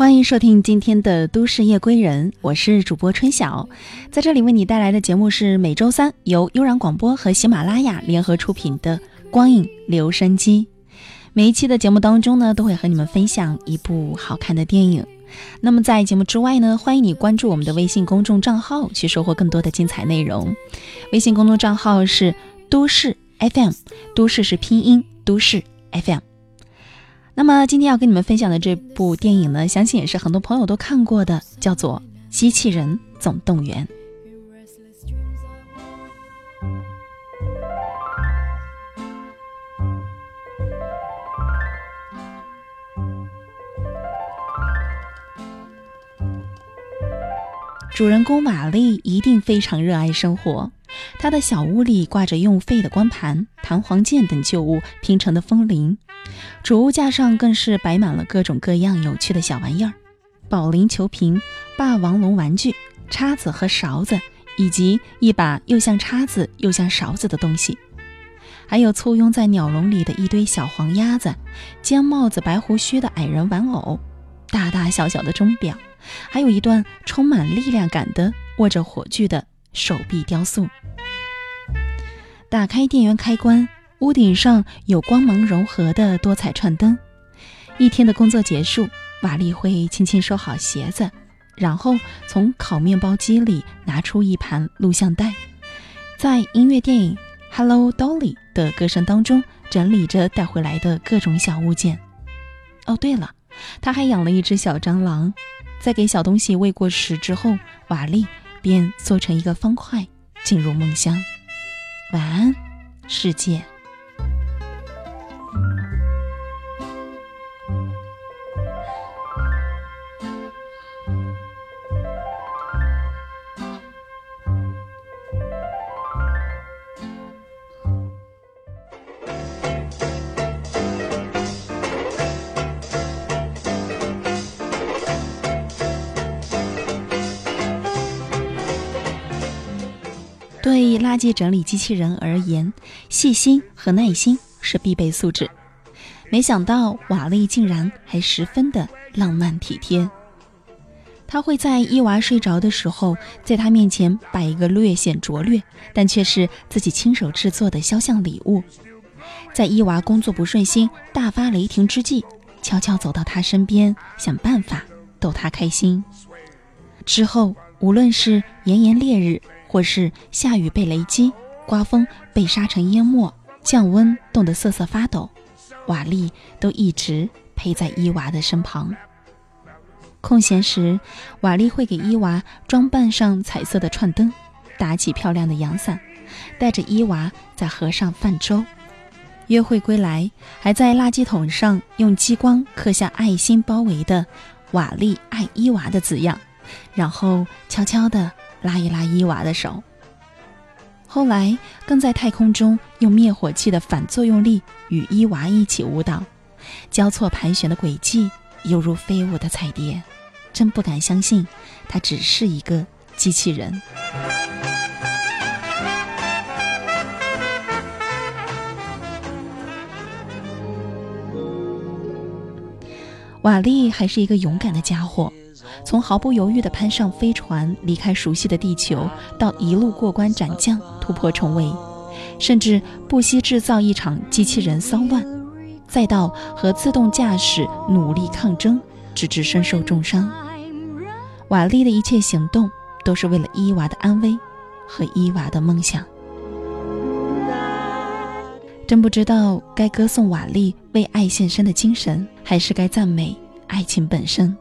欢迎收听今天的都市夜归人，我是主播春晓，在这里为你带来的节目是每周三由悠然广播和喜马拉雅联合出品的光影留声机。每一期的节目当中呢，都会和你们分享一部好看的电影。那么在节目之外呢，欢迎你关注我们的微信公众账号，去收获更多的精彩内容。微信公众账号是都市 FM， 都市是拼音都市 FM。那么今天要跟你们分享的这部电影呢，相信也是很多朋友都看过的，叫做《机器人总动员》。主人公玛丽一定非常热爱生活，她的小屋里挂着用废的光盘、弹簧键等旧物拼成的风铃，储物架上更是摆满了各种各样有趣的小玩意儿，保龄球瓶、霸王龙玩具、叉子和勺子，以及一把又像叉子又像勺子的东西，还有簇拥在鸟笼里的一堆小黄鸭子、尖帽子白胡须的矮人玩偶、大大小小的钟表，还有一段充满力量感的握着火炬的手臂雕塑。打开电源开关，屋顶上有光芒柔和的多彩串灯。一天的工作结束，玛丽会轻轻收好鞋子，然后从烤面包机里拿出一盘录像带，在音乐电影 Hello Dolly 的歌声当中整理着带回来的各种小物件。哦对了，她还养了一只小蟑螂。在给小东西喂过食之后，玛丽便缩成一个方块进入梦乡。晚安，世界。对垃圾整理机器人而言，细心和耐心是必备素质。没想到瓦力竟然还十分的浪漫体贴。他会在伊娃睡着的时候，在他面前摆一个略显拙劣但却是自己亲手制作的肖像礼物，在伊娃工作不顺心大发雷霆之际，悄悄走到他身边，想办法逗他开心。之后无论是炎炎烈日，或是下雨被雷击，刮风被沙尘淹没，降温冻得瑟瑟发抖，瓦力都一直陪在伊娃的身旁。空闲时，瓦力会给伊娃装扮上彩色的串灯，打起漂亮的阳伞，带着伊娃在河上泛舟。约会归来，还在垃圾桶上用激光刻下爱心包围的瓦力爱伊娃的字样，然后悄悄地拉一拉伊娃的手。后来更在太空中用灭火器的反作用力与伊娃一起舞蹈，交错盘旋的轨迹犹如飞舞的彩蝶，真不敢相信它只是一个机器人。瓦力还是一个勇敢的家伙，从毫不犹豫地攀上飞船离开熟悉的地球，到一路过关斩将突破重围，甚至不惜制造一场机器人骚乱，再到和自动驾驶努力抗争，直至身受重伤。瓦力的一切行动都是为了伊娃的安危和伊娃的梦想。真不知道该歌颂瓦力为爱献身的精神，还是该赞美爱情本身。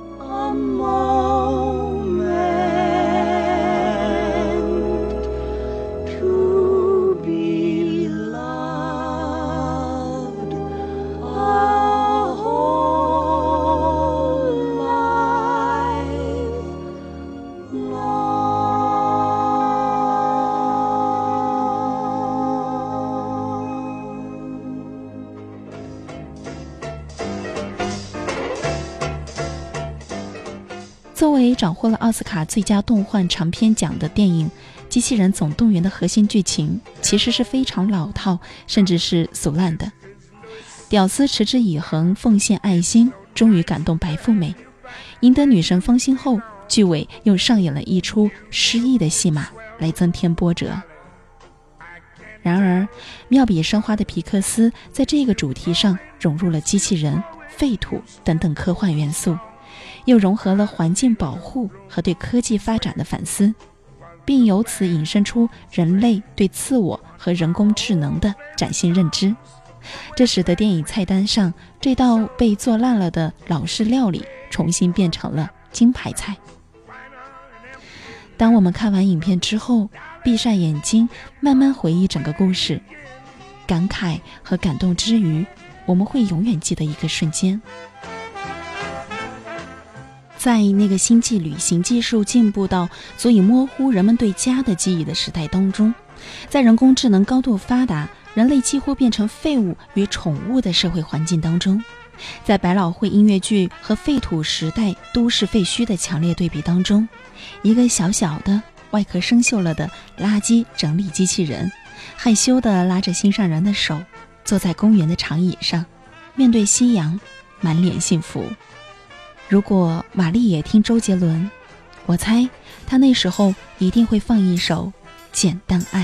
作为斩获了奥斯卡最佳动画长片奖的电影，《机器人总动员》的核心剧情其实是非常老套，甚至是俗烂的。屌丝持之以恒，奉献爱心，终于感动白富美， 赢得女神芳心后，剧尾又上演了一出失忆的戏码来增添波折。然而妙笔生花的皮克斯在这个主题上融入了机器人、废土等等科幻元素，又融合了环境保护和对科技发展的反思，并由此引申出人类对自我和人工智能的崭新认知。这使得电影菜单上这道被做烂了的老式料理重新变成了金牌菜。当我们看完影片之后，闭上眼睛慢慢回忆整个故事，感慨和感动之余，我们会永远记得一个瞬间。在那个星际旅行技术进步到足以模糊人们对家的记忆的时代当中，在人工智能高度发达，人类几乎变成废物与宠物的社会环境当中，在百老汇音乐剧和废土时代都市废墟的强烈对比当中，一个小小的外壳生锈了的垃圾整理机器人，害羞地拉着心上人的手，坐在公园的长椅上，面对夕阳，满脸幸福。如果玛丽也听周杰伦，我猜她那时候一定会放一首《简单爱》。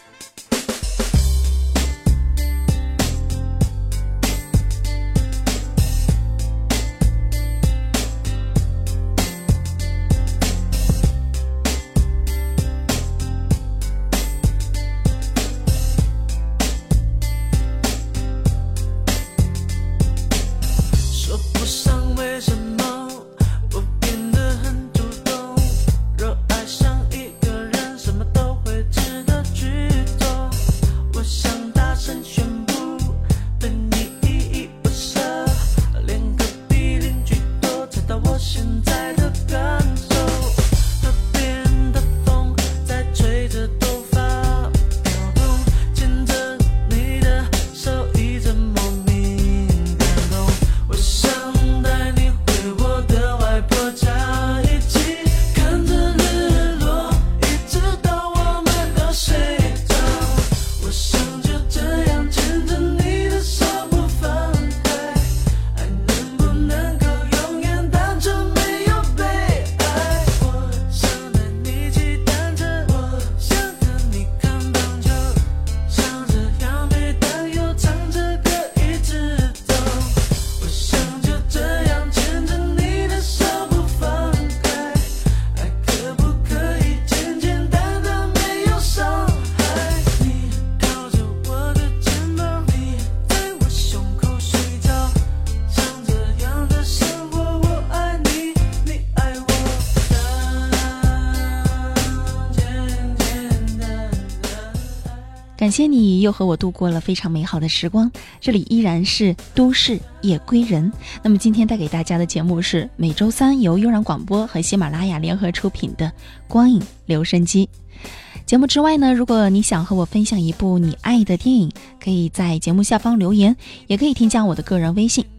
感谢你又和我度过了非常美好的时光，这里依然是都市夜归人。那么今天带给大家的节目是每周三由悠然广播和喜马拉雅联合出品的光影留声机。节目之外呢，如果你想和我分享一部你爱的电影，可以在节目下方留言，也可以添加我的个人微信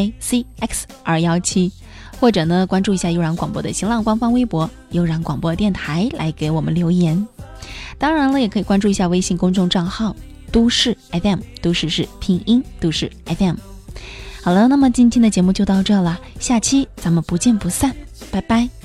DJCX217， 或者呢关注一下悠然广播的新浪官方微博悠然广播电台来给我们留言。当然了，也可以关注一下微信公众账号都市 FM， 都市是拼音都市 FM。 好了，那么今天的节目就到这了，下期咱们不见不散，拜拜。